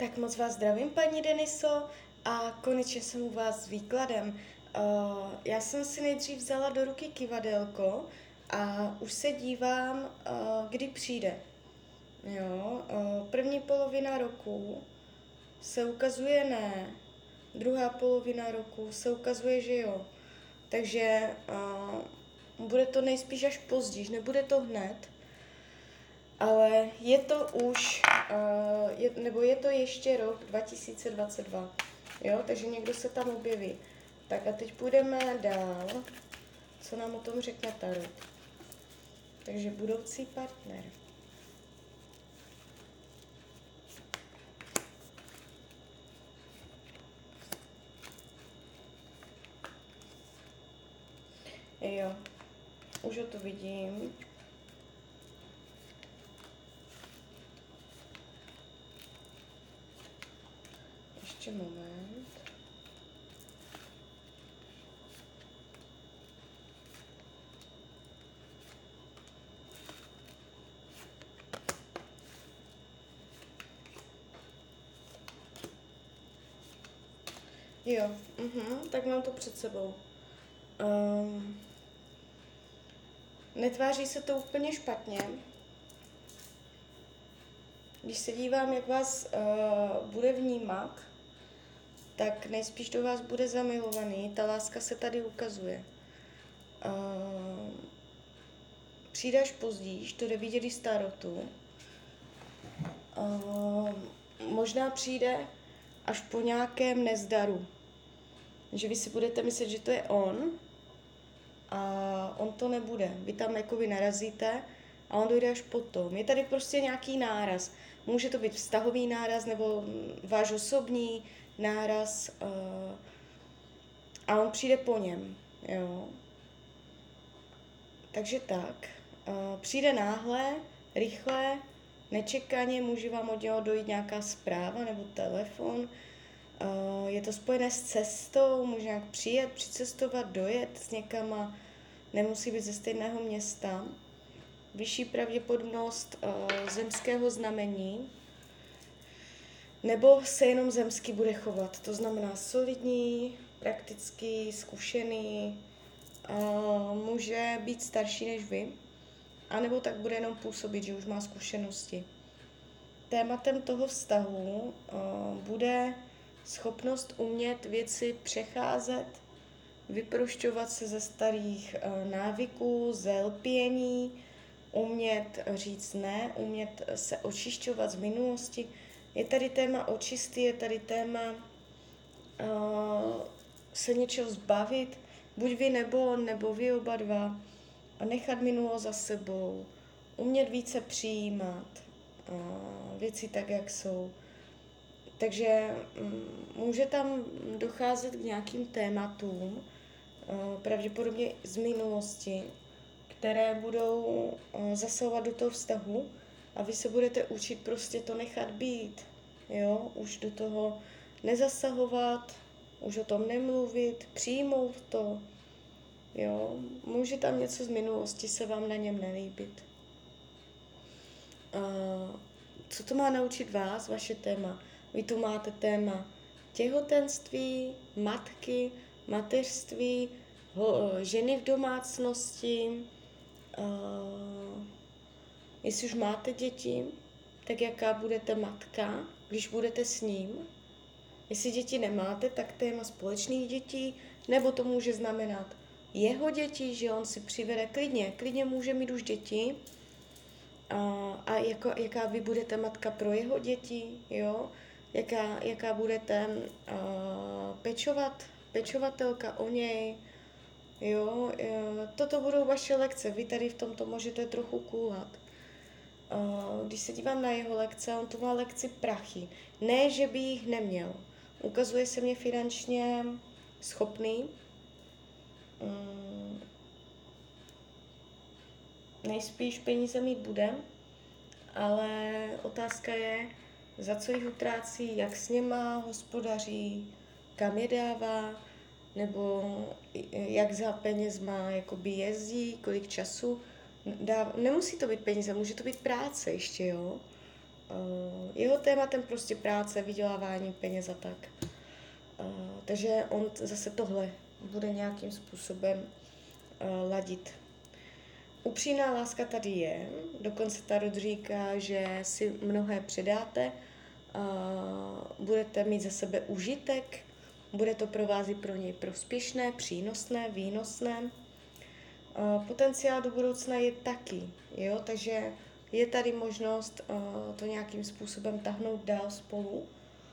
Tak moc vás zdravím, paní Deniso, a konečně jsem u vás s výkladem. Já jsem si nejdřív vzala do ruky kivadelko a už se dívám, kdy přijde. Jo, první polovina roku se ukazuje ne, druhá polovina roku se ukazuje, že jo. Takže bude to nejspíš až později, nebude to hned, ale je to už, je to ještě rok 2022, jo, takže někdo se tam objeví. Tak a teď půjdeme dál, co nám o tom řekne Tarot. Takže budoucí partner. Jo, už ho tu vidím. Ještě moment. Jo, tak mám to před sebou. Netváří se to úplně špatně. Když se dívám, jak vás bude vnímat, tak nejspíš do vás bude zamilovaný. Ta láska se tady ukazuje. Přijde až později, to jde vidět i z tarotu. Možná přijde až po nějakém nezdaru. Že vy si budete myslet, že to je on, a on to nebude. Vy tam jakoby narazíte a on dojde až potom. Je tady prostě nějaký náraz. Může to být vztahový náraz nebo váš osobní náraz a on přijde po něm. Jo. Takže tak. Přijde náhle, rychle, nečekaně, může vám od něho dojít nějaká zpráva nebo telefon. Je to spojené s cestou, může nějak přijet, přicestovat, dojet s někama, nemusí být ze stejného města. Vyšší pravděpodobnost zemského znamení, nebo se jenom zemsky bude chovat. To znamená solidní, praktický, zkušený, může být starší než vy, anebo tak bude jenom působit, že už má zkušenosti. Tématem toho vztahu bude schopnost umět věci přecházet, vyprošťovat se ze starých návyků, ze lpění, umět říct ne, umět se očišťovat z minulosti. Je tady téma očisty, je tady téma se něčeho zbavit, buď vy nebo vy oba dva, a nechat minulost za sebou, umět více přijímat věci tak, jak jsou. Takže může tam docházet k nějakým tématům, pravděpodobně z minulosti, které budou zasahovat do toho vztahu a vy se budete učit prostě to nechat být. Jo? Už do toho nezasahovat, už o tom nemluvit, přijmout to. Jo? Může tam něco z minulosti se vám na něm nelíbit. Co to má naučit vás, vaše téma? Vy tu máte téma těhotenství, matky, mateřství, ženy v domácnosti. Jestli už máte děti, tak jaká budete matka, když budete s ním. Jestli děti nemáte, tak téma společných dětí, nebo to může znamenat jeho děti, že on si přivede klidně může mít už děti, a jaká vy budete matka pro jeho děti, jo? Jaká budete pečovatelka o něj, jo? Toto budou vaše lekce, vy tady v tomto můžete trochu kůlat. Když se dívám na jeho lekce, on tu má lekci prachy. Ne, že by jich neměl. Ukazuje se mě finančně schopný, nejspíš peníze mít bude, ale otázka je, za co jich utrácí, jak s něma hospodaří, kam je dává, nebo jak za penězma jakoby jezdí, kolik času dává. Nemusí to být peníze, může to být práce ještě, jo. Jeho tématem prostě práce, vydělávání peněz a tak. Takže on zase tohle bude nějakým způsobem ladit. Upřímná láska tady je, dokonce Tarot říká, že si mnohé předáte, budete mít za sebe užitek, bude to pro vás i pro něj prospěšné, přínosné, výnosné. Potenciál do budoucna je taky, jo, takže je tady možnost to nějakým způsobem tahnout dál spolu.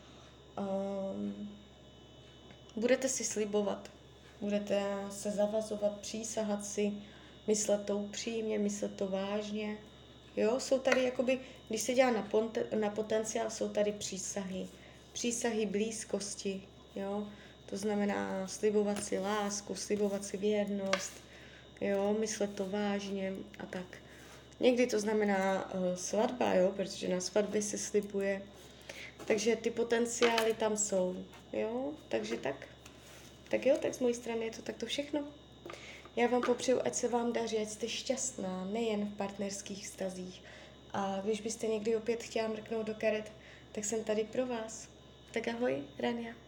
Budete si slibovat, budete se zavazovat, přísahat si, myslet to upřímně, myslet to vážně. Jo, jsou tady jakoby, když se dělá na potenciál, jsou tady přísahy. Přísahy blízkosti, jo. To znamená slibovat si lásku, slibovat si věrnost, jo, myslet to vážně a tak. Někdy to znamená svatba, jo, protože na svatbě se slibuje. Takže ty potenciály tam jsou, jo, takže tak. Tak jo, tak z mojí strany je to takto všechno. Já vám popřeju, ať se vám daří, ať jste šťastná, nejen v partnerských vztazích. A když byste někdy opět chtěla mrknout do karet, tak jsem tady pro vás. Tak ahoj, Rania.